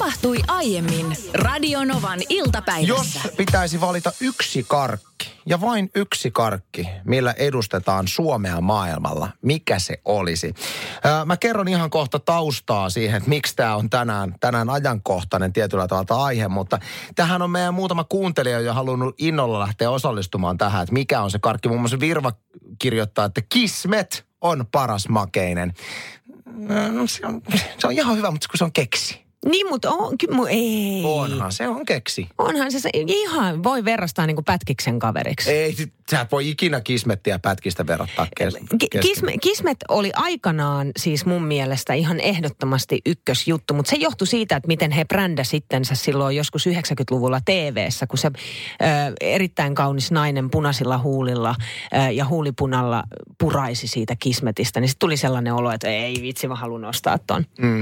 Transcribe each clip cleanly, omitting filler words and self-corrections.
Tapahtui aiemmin Radionovan iltapäivässä. Jos pitäisi valita yksi karkki, ja vain yksi karkki, millä edustetaan Suomea maailmalla, mikä se olisi? Mä kerron ihan kohta taustaa siihen, että miksi tämä on tänään ajankohtainen tietyllä tavalla aihe, mutta tähän on meidän muutama kuuntelija jo halunnut innolla lähteä osallistumaan tähän, että mikä on se karkki. Muun muassa Virva kirjoittaa, että Kismet on paras makeinen. No, se on ihan hyvä, mutta kun se on keksi. Niin, mutta ei. Onhan se on keksi. Onhan se ihan voi verrastaa niin kuin pätkiksen kaveriksi. Ei, sä et voi ikinä Kismettiä pätkistä verrattaa Kismet oli aikanaan siis mun mielestä ihan ehdottomasti ykkösjuttu, mutta se johtui siitä, että miten he brändäsivät itsensä silloin joskus 90-luvulla TV:ssä, kun se erittäin kaunis nainen punaisilla huulilla ja huulipunalla puraisi siitä Kismetistä, niin sitten tuli sellainen olo, että ei vitsi, mä haluan ostaa ton.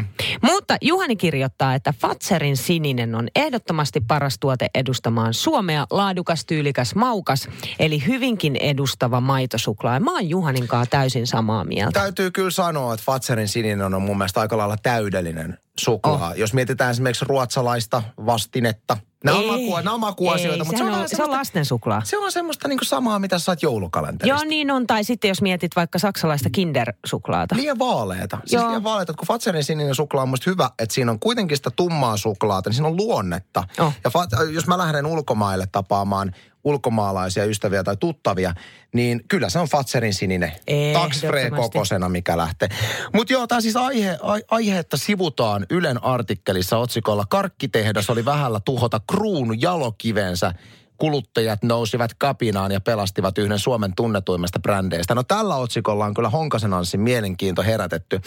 Mutta Juhani kirjoittaa, että Fazerin sininen on ehdottomasti paras tuote edustamaan Suomea, laadukas, tyylikäs, maukas, eli hyvinkin edustava maitosuklaa. Mä oon Juhanin kanssa täysin samaa mieltä. Täytyy kyllä sanoa, että Fazerin sininen on mun mielestä aika lailla täydellinen suklaa. Jos mietitään esimerkiksi ruotsalaista vastinetta. Nämä on makuasioita, mutta se on lasten suklaa. Se on semmoista niin kuin samaa, mitä sä saat joulukalenterista. Joo, niin on. Tai sitten jos mietit vaikka saksalaista Kinder-suklaata. Liian vaaleeta. Siis liian vaaleeta, kun Fazerin sininen suklaa on musta hyvä, että siinä on kuitenkin sitä tummaa suklaata, niin siinä on luonnetta. Ja jos mä lähden ulkomaille tapaamaan ulkomaalaisia ystäviä tai tuttavia, niin kyllä se on Fazerin sininen. Tax-free-kokosena, mikä lähtee. Mutta joo, tämä siis aiheetta sivutaan Ylen artikkelissa otsikolla Karkkitehdas oli vähällä tuhota kruunun jalokivensä. Kuluttajat nousivat kapinaan ja pelastivat yhden Suomen tunnetuimmista brändeistä. No tällä otsikolla on kyllä Honkasen Anssin mielenkiinto herätetty.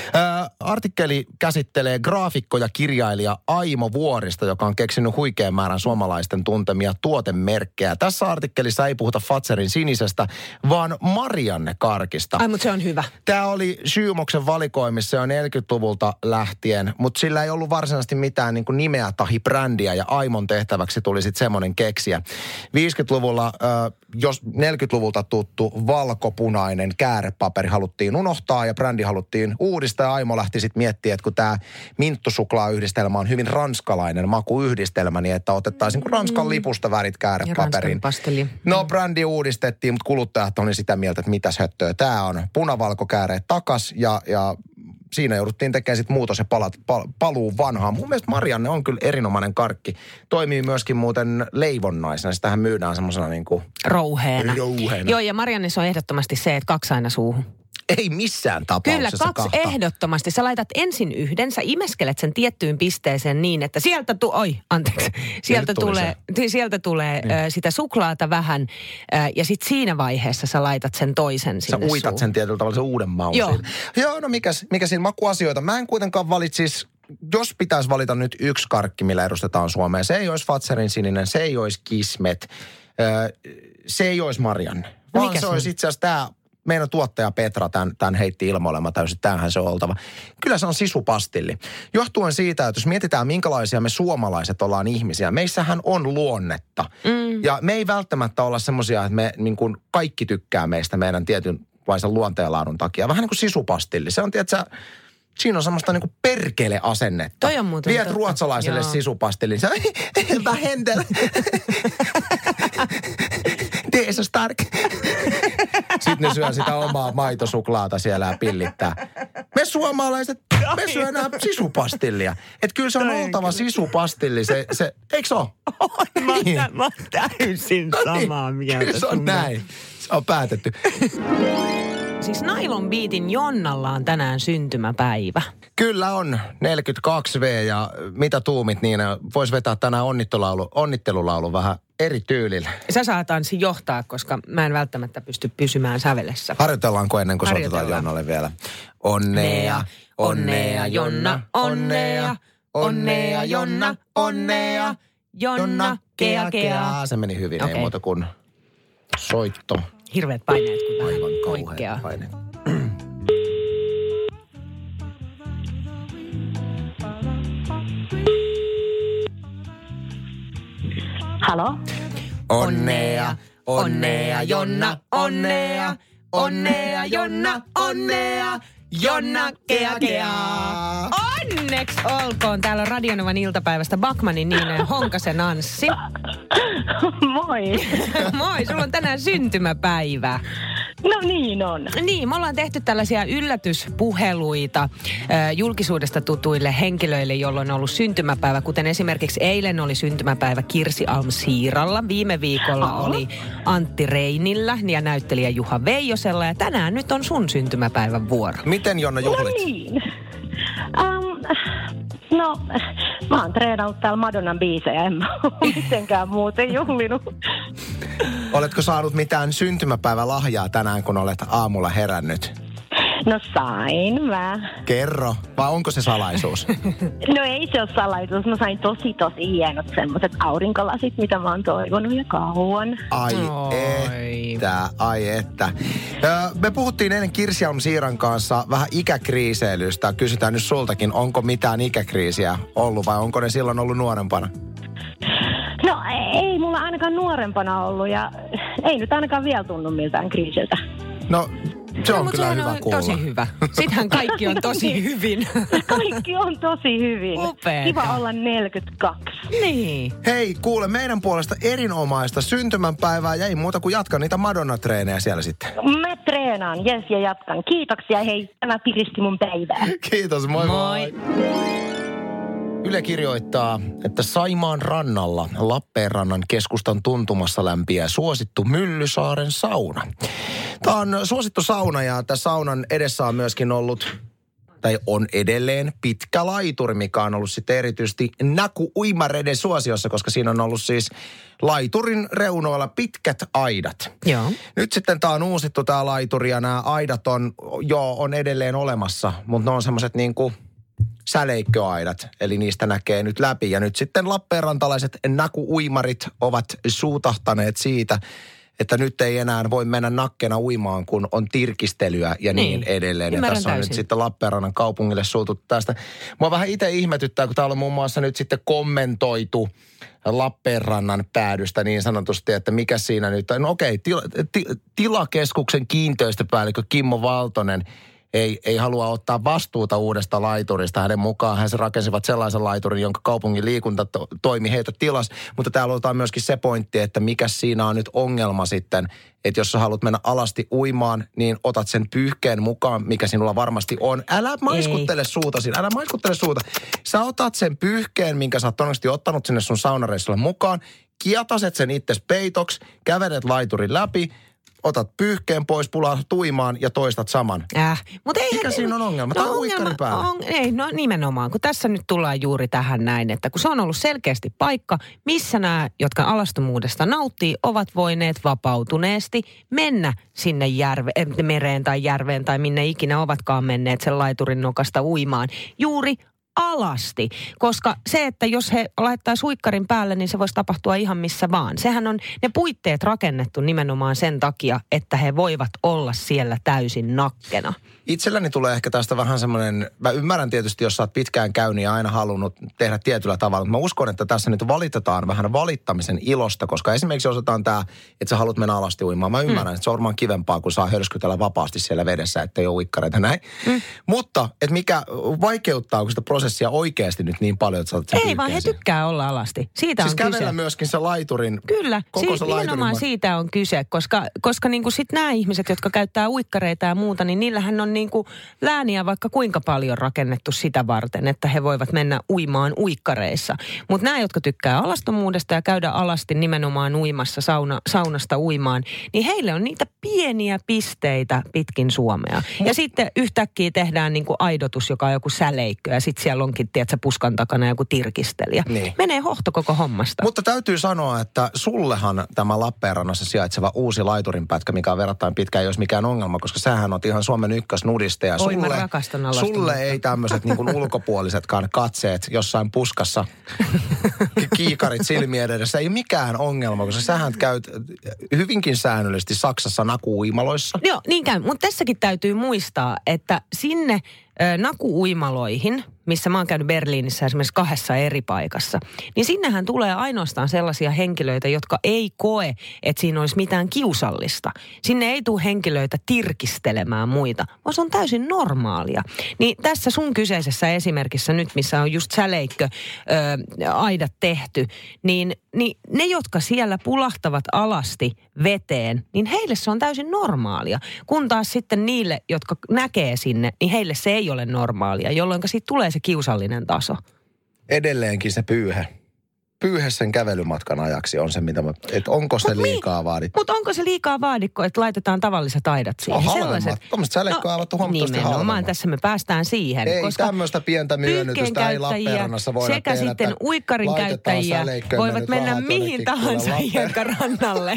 Artikkeli käsittelee graafikko ja kirjailija Aimo Vuorista, joka on keksinyt huikean määrän suomalaisten tuntemia tuotemerkkejä. Tässä artikkelissa ei puhuta Fazerin sinisestä, vaan Marianne-karkista. Ai, mutta se on hyvä. Tämä oli Syymoksen valikoimissa jo 40-luvulta lähtien, mutta sillä ei ollut varsinaisesti mitään niin kuin nimeä tahi brändiä ja Aimon tehtäväksi tuli sitten semmoinen keksiä. 50-luvulla, jos 40-luvulta tuttu valkopunainen käärepaperi haluttiin unohtaa ja brändi haluttiin uudistaa. Ja Aimo lähti sitten miettimään, että kun tämä minttusuklaa-yhdistelmä on hyvin ranskalainen makuyhdistelmä, niin että otettaisiin Ranskan lipusta värit käärepaperiin. No, brändi uudistettiin, mutta kuluttajat oli sitä mieltä, että mitäs höttöä tämä on. Punavalkokääreet takas ja siinä jouduttiin tekemään sitten muutos ja paluu vanhaan. Mun mielestä Marianne on kyllä erinomainen karkki. Toimii myöskin muuten leivonnaisena. Sitähän myydään semmoisena niin kuin rouheena. Joo, ja Mariannessa on ehdottomasti se, että 2 aina suuhun. Ei missään tapauksessa Kyllä, 2 ehdottomasti. Sä laitat ensin yhden, sä imeskelet sen tiettyyn pisteeseen niin, että sieltä tulee sitä suklaata vähän ja sitten siinä vaiheessa sä laitat sen toisen sinne Sä uitat sen tietyllä tavalla se uuden maun. Joo, no mikä siinä makuasioita. Mä en kuitenkaan valitsisi, jos pitäisi valita nyt yksi karkki, millä edustetaan Suomea. Se ei olisi Fazerin sininen, se ei olisi Kismet, se ei olisi Marianne. Vaan se olisi itse asiassa tämä meidän tuottaja Petra tämän heitti ilmoille, mä täysin, tämähän se on oltava. Kyllä se on sisupastilli. Johtuen siitä, että jos mietitään minkälaisia me suomalaiset ollaan ihmisiä, meissähän on luonnetta. Ja me ei välttämättä olla semmoisia, että me niin kuin kaikki tykkää meistä meidän tietynlaisen luonteenlaadun takia. Vähän niin kuin sisupastilli. Se on, tiedätkö, siinä on semmoista niinku perkele-asennetta. Toi on muuten viet ruotsalaiselle sisupastillin. Vähendel. Det är så stark. Sitten ne syö sitä omaa maitosuklaata siellä ja pillittää. Me suomalaiset, me syödään sisupastillia. Että kyllä se on oltava sisupastilli. Eikö se ole? Mä oon täysin samaa mieltä. Se on näin. Se on päätetty. Siis Nylon Beatin Jonnalla on tänään syntymäpäivä. Kyllä on, 42V ja mitä tuumit niin, vois vetää tänään onnittelulaulu vähän eri tyylillä. Sä saat Anssi johtaa, koska mä en välttämättä pysty pysymään sävelessä. Harjoitellaanko ennen kuin soitetaan Jonnalle vielä? Onnea, onnea Jonna, onnea, onnea Jonna, onnea, Jonna, kea. Se meni hyvin, ei muuta kuin soitto. Hirveät paineet, kun aivan kauheat paineet. Halo? Onnea, onnea Jonna, onnea, onnea Jonna, onnea Jonna, kea. Onneksi olkoon. Täällä on Radio Novan iltapäivästä Backmanin Niina ja Honkasen Anssi. Moi. Moi, sulla on tänään syntymäpäivä. No niin on. Niin, me ollaan tehty tällaisia yllätyspuheluita julkisuudesta tutuille henkilöille, joilla on ollut syntymäpäivä. Kuten esimerkiksi eilen oli syntymäpäivä Kirsi Alm-Siiralla. Viime viikolla oli Antti Reinillä ja näyttelijä Juha Veijosella. Ja tänään nyt on sun syntymäpäivän vuoro. Miten Jonna juhlit? No niin. No, mä oon treenannut täällä Madonnan biisejä, en mä ole mitenkään muuten juhlinut. Oletko saanut mitään syntymäpäivälahjaa tänään, kun olet aamulla herännyt? No sain mä. Kerro, vai onko se salaisuus? No ei se ole salaisuus. Mä sain tosi hienot semmoiset aurinkolasit, mitä mä oon toivonut jo kauan. Ai että. Me puhuttiin eilen Kirsi Alm-Siiran kanssa vähän ikäkriiseilystä. Kysytään nyt sultakin, onko mitään ikäkriisiä ollut vai onko ne silloin ollut nuorempana? No ei mulla ainakaan nuorempana ollut ja ei nyt ainakaan vielä tunnu miltään kriisiltä. No se on kyllä hyvä kuulla. Tosi hyvä. Sittenhän kaikki on tosi hyvin. Kaikki on tosi hyvin. Upeeta. Kiva olla 42. Niin. Hei, kuule meidän puolesta erinomaista syntymäpäivää ja ei muuta kuin jatka niitä Madonna-treenejä siellä sitten. Mä treenaan, jes ja jatkan. Kiitoksia, hei, tämä piristi mun päivää. Kiitos, moi. Yle kirjoittaa, että Saimaan rannalla Lappeenrannan keskustan tuntumassa lämpiää suosittu Myllysaaren sauna. Tämä on suosittu sauna ja tässä saunan edessä on myöskin ollut, tai on edelleen, pitkä laituri, mikä on ollut sitten erityisesti Naku-uimareiden suosiossa, koska siinä on ollut siis laiturin reunoilla pitkät aidat. Joo. Nyt sitten tämä on uusittu tämä laituri ja nämä aidat on edelleen olemassa, mutta ne on semmoiset niin kuin säleikköaidat, eli niistä näkee nyt läpi. Ja nyt sitten lappeenrantalaiset Naku-uimarit ovat suutahtaneet siitä, että nyt ei enää voi mennä nakkena uimaan, kun on tirkistelyä ja niin edelleen. Ja tässä on nyt sitten Lappeenrannan kaupungille suututtu tästä. Mua vähän itse ihmetyttää, kun täällä on muun muassa nyt sitten kommentoitu Lappeenrannan päädystä niin sanotusti, että mikä siinä nyt on. No okei, tilakeskuksen kiinteistöpäällikkö Kimmo Valtonen ei halua ottaa vastuuta uudesta laiturista. Hänen mukaan he rakensivat sellaisen laiturin, jonka kaupungin liikuntatoimi heitä tilas. Mutta täällä otetaan myöskin se pointti, että mikä siinä on nyt ongelma sitten, että jos sä haluat mennä alasti uimaan, niin otat sen pyyhkeen mukaan, mikä sinulla varmasti on. Älä maiskuttele suuta. Sä otat sen pyyhkeen, minkä sä oot todennäköisesti ottanut sinne sun saunareissulle mukaan, kietaset sen itses peitoksi, kävelet laiturin läpi, otat pyyhkeen pois, pulaat tuimaan ja toistat saman. Mikä siinä on ongelma? Tämä on uikkarin päällä. Nimenomaan, kun tässä nyt tullaan juuri tähän näin, että kun se on ollut selkeästi paikka, missä nämä, jotka alastomuudesta nauttii, ovat voineet vapautuneesti mennä sinne mereen tai järveen tai minne ikinä ovatkaan menneet sen laiturin nokasta uimaan. Juuri alasti, koska se, että jos he laittaa suikkarin päälle, niin se voisi tapahtua ihan missä vaan. Sehän on ne puitteet rakennettu nimenomaan sen takia, että he voivat olla siellä täysin nakkena. Itselläni tulee ehkä tästä vähän semmoinen, mä ymmärrän tietysti, jos sä oot pitkään käynyt ja aina halunnut tehdä tietyllä tavalla, mutta mä uskon, että tässä nyt valitetaan vähän valittamisen ilosta, koska esimerkiksi jos otetaan tämä, että sä haluat mennä alasti uimaan. Mä ymmärrän, että se on varmaan kivempaa, kun saa hörskytellä vapaasti siellä vedessä, ettei ole uikkareita näin. Mutta, että mikä vaikeuttaa, kun sitä prosessia oikeasti nyt niin paljon, että sä otat sen ei, vaan he tykkää olla alasti. Siitä siis on kyse. Siis kävellä myöskin se laiturin. Kyllä, nimenomaan siitä on kyse, koska niin kuin sit nämä ihmiset, jotka käyttää uikkareita ja muuta, niin niillähän on niin kuin lääniä vaikka kuinka paljon rakennettu sitä varten, että he voivat mennä uimaan uikkareissa. Mutta nämä, jotka tykkää alastomuudesta ja käydä alasti nimenomaan uimassa saunasta uimaan, niin heille on niitä pieniä pisteitä pitkin Suomea. Ja sitten yhtäkkiä tehdään niin kuin aidotus, joka on joku säleikkö ja sitten siellä onkin, tiedätkö, puskan takana joku tirkistelijä. Niin. Menee hohto koko hommasta. Mutta täytyy sanoa, että sullehan tämä Lappeenrannassa sijaitseva uusi laiturinpätkä, mikä on verrattain pitkä, ei olisi mikään ongelma, koska sähän on ihan Suomen ykkösnudiste. Ja sulle ei tämmöiset niin kuin ulkopuolisetkaan katseet jossain puskassa, kiikarit silmien edessä, ei mikään ongelma, koska sähän käyt hyvinkin säännöllisesti Saksassa Naku-uimaloissa. Joo, niin käy. Mutta tässäkin täytyy muistaa, että sinne Naku-uimaloihin missä mä oon käynyt Berliinissä esimerkiksi 2 eri paikassa, niin sinnehän tulee ainoastaan sellaisia henkilöitä, jotka ei koe, että siinä olisi mitään kiusallista. Sinne ei tule henkilöitä tirkistelemään muita, vaan se on täysin normaalia. Niin tässä sun kyseisessä esimerkissä nyt, missä on just säleikkö aidat tehty, niin ne, jotka siellä pulahtavat alasti veteen, niin heille se on täysin normaalia. Kun taas sitten niille, jotka näkee sinne, niin heille se ei ole normaalia, jolloin siitä tulee se kiusallinen taso. Edelleenkin se pyyhe sen kävelymatkan ajaksi on se, mitä että onko se liikaa vaadittu. Mutta onko se liikaa vaadikko, että laitetaan tavalliset aidat siihen? Halvemmat. Tuommoiset säleikköä on avattu huomattavasti halvemmat. Nimenomaan tässä me päästään siihen. Ei tämmöistä pientä myönnytystä ei Lappeenrannassa voida sekä tehdä. Sitten uikkarin käyttäjiä voivat mennä mihin tahansa hiekkarannalle.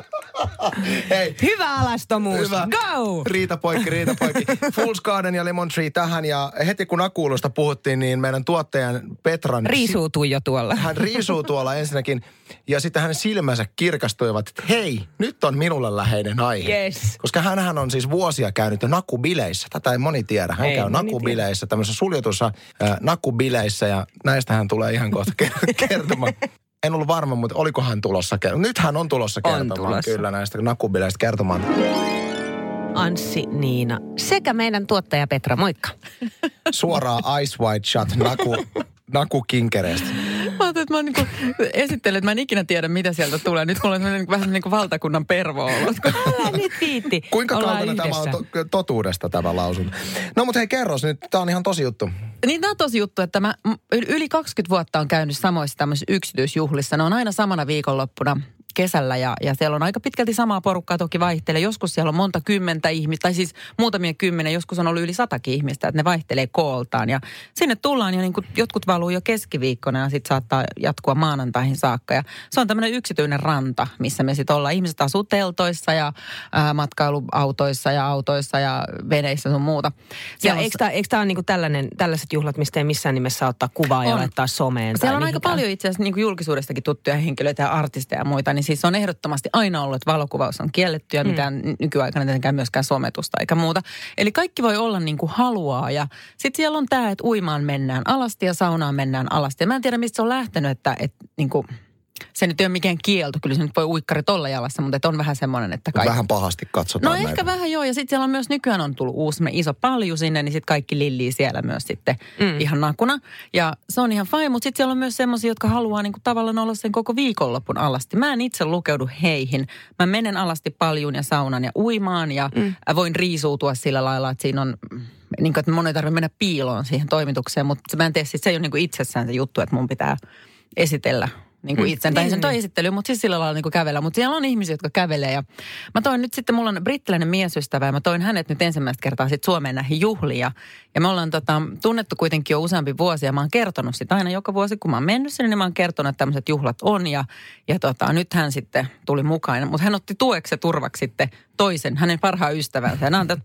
Hei. Hyvä alastomuus. Hyvä. Go! Riita poikki. Fool's Garden ja Lemon Tree tähän. Ja heti kun akuulusta puhuttiin, niin meidän tuottajan Petran... Riisuutuu jo tuolla. Hän riisuu tuolla ensinnäkin. Ja sitten hänen silmänsä kirkastuivat, että hei, nyt on minulle läheinen aihe. Yes. Koska hänhän on siis vuosia käynyt nakubileissä. Tätä ei moni tiedä. Hän käy nakubileissä, tämmöisessä suljetussa nakubileissä. Ja näistä hän tulee ihan kohta kertomaan. En ollut varma, mutta oliko hän tulossa kertomaan. Nyt hän on tulossa kertomaan kyllä näistä nakubileistä kertomaan. Anssi, Niina sekä meidän tuottaja Petra, moikka. Suoraan Ice White Shot nakukinkereistä. Mä ajattelin, että mä niin esittelen, että mä en ikinä tiedä, mitä sieltä tulee. Nyt mulla on vähän niin kuin valtakunnan pervo-olot. Älä nyt viitti. Kuinka kaukana tämä on totuudesta tämä lausunto? No mutta hei, kerros nyt. Tämä on ihan tosi juttu. Niin tämä on tosi juttu, että mä yli 20 vuotta on käynyt samoissa tämmöisissä yksityisjuhlissa. Ne on aina samana viikonloppuna kesällä ja siellä on aika pitkälti samaa porukkaa, toki vaihtelee. Joskus siellä on monta kymmentä ihmistä, tai siis muutamia kymmenen, joskus on ollut yli 100 ihmistä, että ne vaihtelee kooltaan. Ja sinne tullaan ja niin kuin jotkut valuu jo keskiviikkona ja sitten saattaa jatkua maanantaihin saakka. Ja se on tämmöinen yksityinen ranta, missä me sitten ollaan. Ihmiset asuu teltoissa ja matkailuautoissa ja autoissa ja veneissä sun muuta. Ja eikö tämä ole niin kuin tällaiset juhlat, mistä ei missään nimessä ottaa kuvaa ja laittaa someen? Siellä on aika paljon itse asiassa niin kuin julkisuudestakin tuttuja henkilöitä ja artisteja ja muita, niin siis on ehdottomasti aina ollut, että valokuvaus on kielletty ja mitään nykyaikana tietenkään myöskään sometusta eikä muuta. Eli kaikki voi olla niin kuin haluaa ja sitten siellä on tämä, että uimaan mennään alasti ja saunaan mennään alasti. Ja mä en tiedä, mistä se on lähtenyt, että niin kuin se nyt ei ole mikään kielto. Kyllä se nyt voi uikkarit olla jalassa, mutta on vähän semmoinen, että kaikki... Vähän pahasti katsotaan näitä. Ehkä vähän joo. Ja sitten siellä on myös nykyään on tullut uusi iso palju sinne, niin sitten kaikki lillii siellä myös sitten ihan nakuna. Ja se on ihan fine, mutta sitten siellä on myös semmoisia, jotka haluaa niinku tavallaan olla sen koko viikonlopun alasti. Mä en itse lukeudu heihin. Mä menen alasti paljuun ja saunan ja uimaan ja voin riisuutua sillä lailla, että siinä on... Niin kuin, että mun ei tarvitse mennä piiloon siihen toimitukseen, mutta mä en tee se ei ole niin kuin itsessään se juttu, että mun pitää esitellä niin kuin itsen. Tai sen toi esittely, mutta siis sillä lailla niin kuin kävellä. Mutta siellä on ihmisiä, jotka kävelee. Ja mä toin nyt sitten, mulla on brittiläinen miesystävä ja mä toin hänet nyt ensimmäistä kertaa sitten Suomeen näihin juhliin. Ja me ollaan tunnettu kuitenkin jo useampi vuosi ja mä oon kertonut sitä aina joka vuosi, kun mä oon mennyt sinne, niin mä oon kertonut, että tämmöiset juhlat on. Ja nyt hän sitten tuli mukaan. Mutta hän otti tueksi ja turvaksi sitten toisen, hänen parhaan ystävänsä. Ja nämä on täältä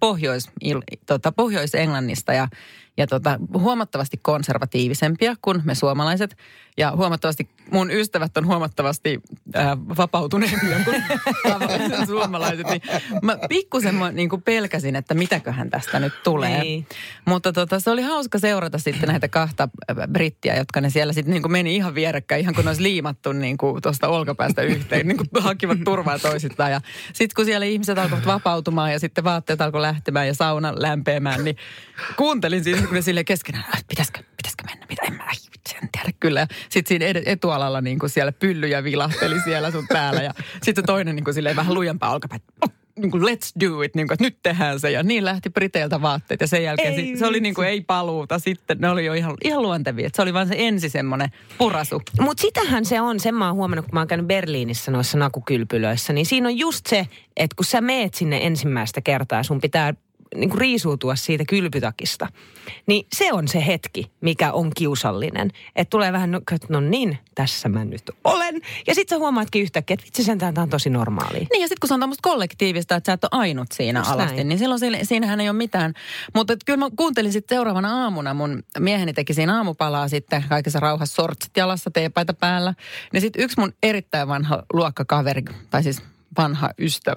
Pohjois-Englannista ja huomattavasti konservatiivisempia kuin me suomalaiset. Ja huomattavasti mun ystävät on huomattavasti vapautuneempia kuin tavalliset suomalaiset. Niin mä pikkusen niin kuin pelkäsin, että mitäköhän tästä nyt tulee. Niin. Mutta se oli hauska seurata sitten näitä kahta brittiä, jotka ne siellä sitten niin kuin meni ihan vierekkäin, ihan kun ne olisi liimattu niin kuin tuosta olkapäästä yhteen, niin kuin hakivat turvaa toisistaan. Ja sitten kun siellä ihmiset alkoivat vapautumaan ja sitten vaatteet alkoi lähtemään ja sauna lämpeämään, niin kuuntelin siinä, kun ne silleen keskenään, pitäisikö mennä, mitä en mä en tiedä kyllä. Sitten siinä etualalla niin kuin siellä pyllyjä vilahteli siellä sun päällä ja sitten se toinen niin kuin silleen vähän lujempaa olkapäin, niin kuin let's do it, niin kuin, että nyt tehdään se. Ja niin lähti Briteiltä vaatteet ja sen jälkeen se oli niin kuin ei paluuta. Sitten ne oli jo ihan luontevia. Että se oli vaan se ensi semmoinen purasu. Mutta sitähän se on, sen mä oon huomannut, kun mä oon käynyt Berliinissä noissa nakukylpylöissä. Niin siinä on just se, että kun sä meet sinne ensimmäistä kertaa, sun pitää niin kuin riisuutua siitä kylpytakista. Niin se on se hetki, mikä on kiusallinen. Että tulee vähän, no niin, tässä mä nyt olen. Ja sit sä huomaatkin yhtäkkiä, että vitsi sentään tää on tosi normaalia. Niin ja sit kun se on tämmöistä kollektiivista, että sä et ole ainut siinä just alasti, näin. Niin silloin siinähän ei ole mitään. Mutta kyllä mä kuuntelin sitten seuraavana aamuna, mun mieheni teki siinä aamupalaa sitten kaikessa rauhassa sortsit jalassa, teepaita päällä. Niin sit yksi mun erittäin vanha luokkakaveri, tai siis vanha ystävä,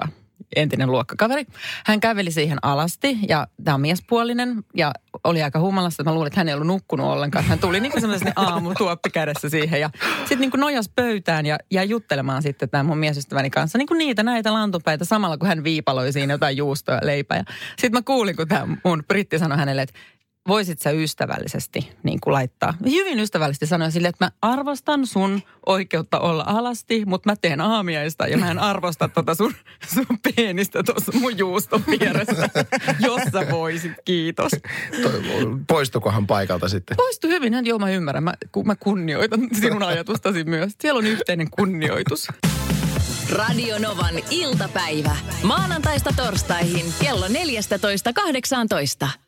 entinen luokkakaveri. Hän käveli siihen alasti ja tämä on miespuolinen ja oli aika humalassa, että mä luulin, että hän ei ollut nukkunut ollenkaan. Hän tuli niin kuin semmoinen aamutuoppi kädessä siihen ja sitten niin kuin nojas pöytään ja jäi juttelemaan sitten tämän mun miesystäväni kanssa. Niin kuin näitä lantupäitä samalla, kun hän viipaloi siinä jotain juustoa ja leipää. Sitten mä kuulin, kun tämä mun britti sanoi hänelle, että voisit sä ystävällisesti niin kuin laittaa. Hyvin ystävällisesti sanoin sille, että mä arvostan sun oikeutta olla alasti, mutta mä teen aamiaista ja mä en arvosta sun peenistä tuossa mun juuston vieressä. Jos sä voisit, kiitos. Poistukohan paikalta sitten? Poistu hyvin, joo mä ymmärrän. Mä kunnioitan sinun ajatustasi myös. Siellä on yhteinen kunnioitus. Radio Novan iltapäivä. Maanantaista torstaihin kello 14.18.